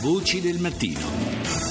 Voci del mattino.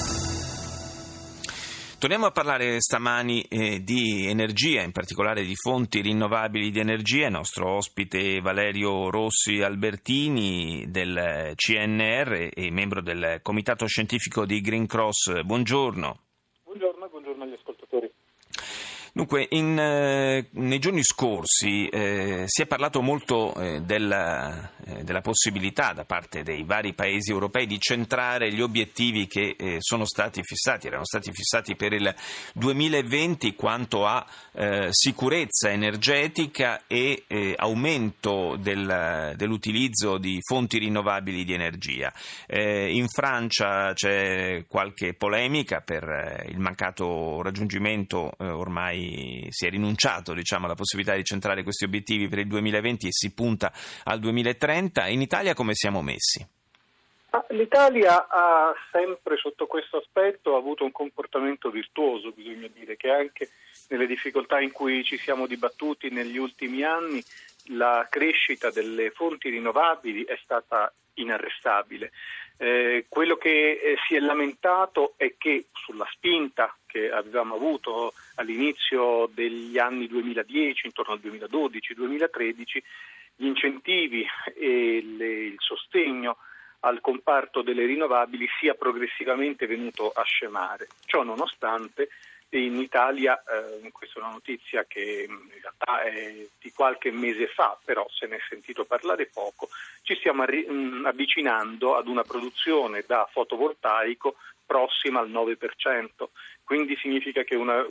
Torniamo a parlare stamani di energia, in particolare di fonti rinnovabili di energia. Il nostro ospite Valerio Rossi Albertini del CNR e membro del Comitato Scientifico di Green Cross. Buongiorno. Buongiorno agli ascoltatori. Dunque, nei giorni scorsi si è parlato molto della possibilità da parte dei vari paesi europei di centrare gli obiettivi che erano stati fissati per il 2020 quanto a sicurezza energetica e aumento dell'utilizzo di fonti rinnovabili di energia. In Francia c'è qualche polemica per il mancato raggiungimento, ormai si è rinunciato alla possibilità di centrare questi obiettivi per il 2020 e si punta al 2030. In Italia come siamo messi? L'Italia ha sempre sotto questo aspetto avuto un comportamento virtuoso, bisogna dire che anche nelle difficoltà in cui ci siamo dibattuti negli ultimi anni la crescita delle fonti rinnovabili è stata inarrestabile. Quello che si è lamentato è che sulla spinta che avevamo avuto all'inizio degli anni 2010, intorno al 2012-2013, gli incentivi e il sostegno al comparto delle rinnovabili sia progressivamente venuto a scemare. Ciò nonostante in Italia, questa è una notizia che in realtà è di qualche mese fa, però se ne è sentito parlare poco, ci stiamo avvicinando ad una produzione da fotovoltaico prossima al 9%, quindi significa che una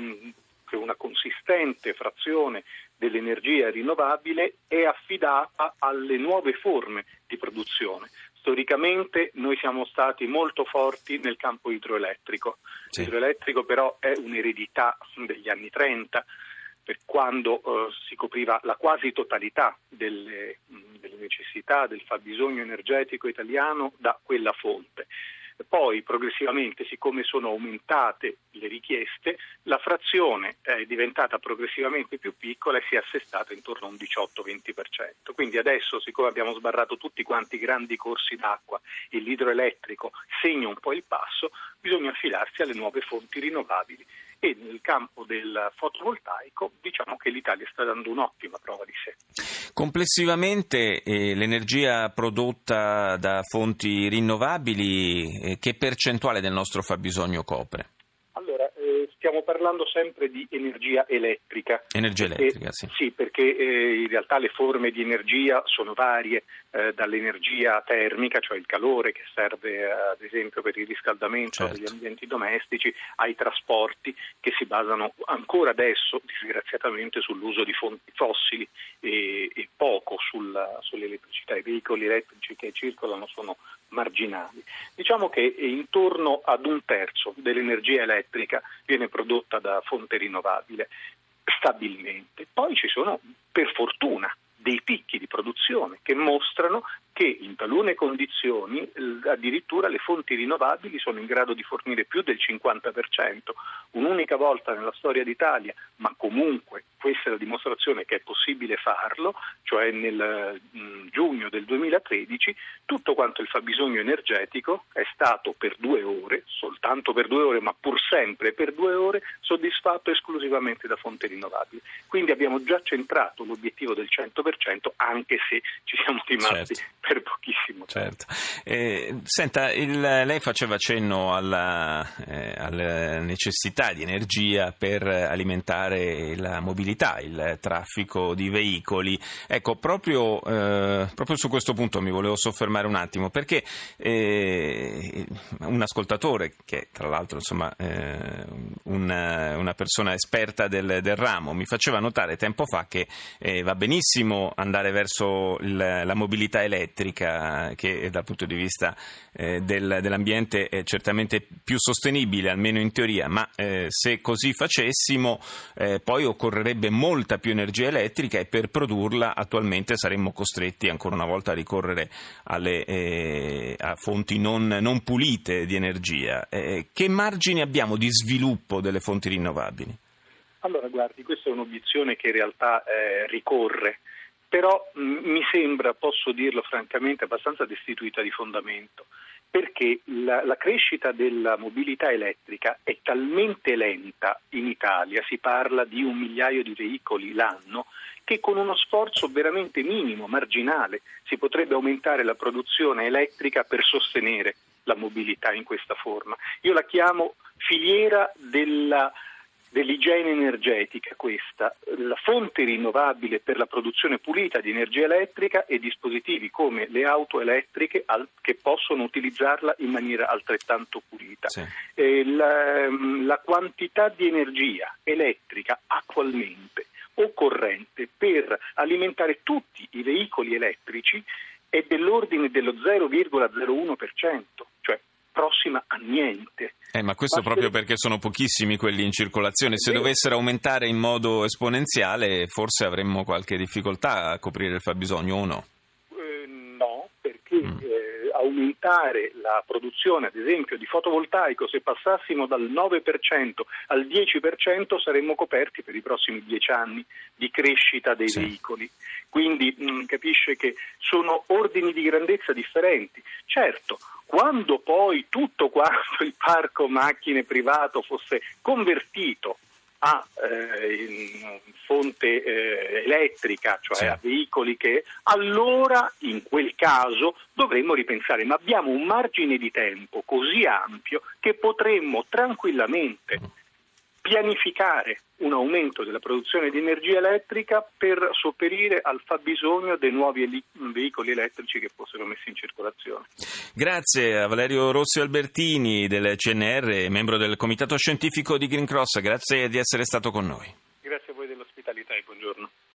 consistente frazione dell'energia rinnovabile è affidata alle nuove forme di produzione. Storicamente noi siamo stati molto forti nel campo idroelettrico. Sì. L'idroelettrico però è un'eredità degli anni 30, per quando si copriva la quasi totalità delle necessità del fabbisogno energetico italiano da quella fonte. Poi progressivamente, siccome sono aumentate le richieste, la frazione è diventata progressivamente più piccola e si è assestata intorno a un 18-20%. Quindi adesso, siccome abbiamo sbarrato tutti quanti i grandi corsi d'acqua e l'idroelettrico segna un po' il passo, bisogna affidarsi alle nuove fonti rinnovabili. E nel campo del fotovoltaico diciamo che l'Italia sta dando un'ottima prova di sé. Complessivamente l'energia prodotta da fonti rinnovabili che percentuale del nostro fabbisogno copre? Allora, stiamo parlando sempre di energia elettrica. Energia elettrica, sì. Sì, perché in realtà le forme di energia sono varie, dall'energia termica, cioè il calore che serve ad esempio per il riscaldamento degli ambienti domestici, ai trasporti che si basano ancora adesso disgraziatamente sull'uso di fonti fossili e poco sull'elettricità. I veicoli elettrici che circolano sono marginali. Diciamo che intorno ad un terzo dell'energia elettrica viene prodotta da fonte rinnovabile stabilmente. Poi ci sono, per fortuna, dei picchi di produzione che mostrano che in talune condizioni addirittura le fonti rinnovabili sono in grado di fornire più del 50%. Un'unica volta nella storia d'Italia, ma comunque questa è la dimostrazione che è possibile farlo, cioè nel giugno del 2013 tutto quanto il fabbisogno energetico è stato per 2 ore, soltanto per 2 ore, ma pur sempre per 2 ore, soddisfatto esclusivamente da fonti rinnovabili. Quindi abbiamo già centrato l'obiettivo del 100%, anche se ci siamo rimasti per pochissimo tempo. Senta, lei faceva cenno alla necessità di energia per alimentare la mobilità, il traffico di veicoli. Ecco, proprio su questo punto mi volevo soffermare un attimo, perché un ascoltatore, che tra l'altro una persona esperta del ramo, mi faceva notare tempo fa che va benissimo andare verso la mobilità elettrica, che dal punto di vista dell'ambiente è certamente più sostenibile, almeno in teoria, ma se così facessimo poi occorrerebbe molta più energia elettrica e per produrla attualmente saremmo costretti ancora una volta a ricorrere a fonti non pulite di energia. Che margini abbiamo di sviluppo delle fonti rinnovabili? Allora, guardi, questa è un'obiezione che in realtà ricorre, però mi sembra, posso dirlo francamente, abbastanza destituita di fondamento, perché la crescita della mobilità elettrica è talmente lenta in Italia, si parla di 1 migliaio di veicoli l'anno, che con uno sforzo veramente minimo, marginale, si potrebbe aumentare la produzione elettrica per sostenere la mobilità in questa forma. Io la chiamo filiera dell'igiene energetica, questa, la fonte rinnovabile per la produzione pulita di energia elettrica e dispositivi come le auto elettriche che possono utilizzarla in maniera altrettanto pulita. Sì. La quantità di energia elettrica attualmente o corrente per alimentare tutti i veicoli elettrici è dell'ordine dello 0,01%, cioè prossima a niente. Ma questo proprio perché sono pochissimi quelli in circolazione. Se dovessero aumentare in modo esponenziale, forse avremmo qualche difficoltà a coprire il fabbisogno o no? No, perché aumentare la produzione, ad esempio, di fotovoltaico, se passassimo dal 9% al 10%, saremmo coperti per i prossimi 10 anni di crescita dei veicoli. Quindi capisce che sono ordini di grandezza differenti. Certo, quando poi tutto quanto il parco macchine privato fosse convertito a fonte elettrica, cioè a veicoli allora in quel caso dovremmo ripensare, ma abbiamo un margine di tempo così ampio che potremmo tranquillamente pianificare un aumento della produzione di energia elettrica per sopperire al fabbisogno dei nuovi veicoli elettrici che fossero messi in circolazione. Grazie a Valerio Rossi Albertini del CNR, membro del Comitato Scientifico di Green Cross, grazie di essere stato con noi. Grazie a voi dell'ospitalità e buongiorno.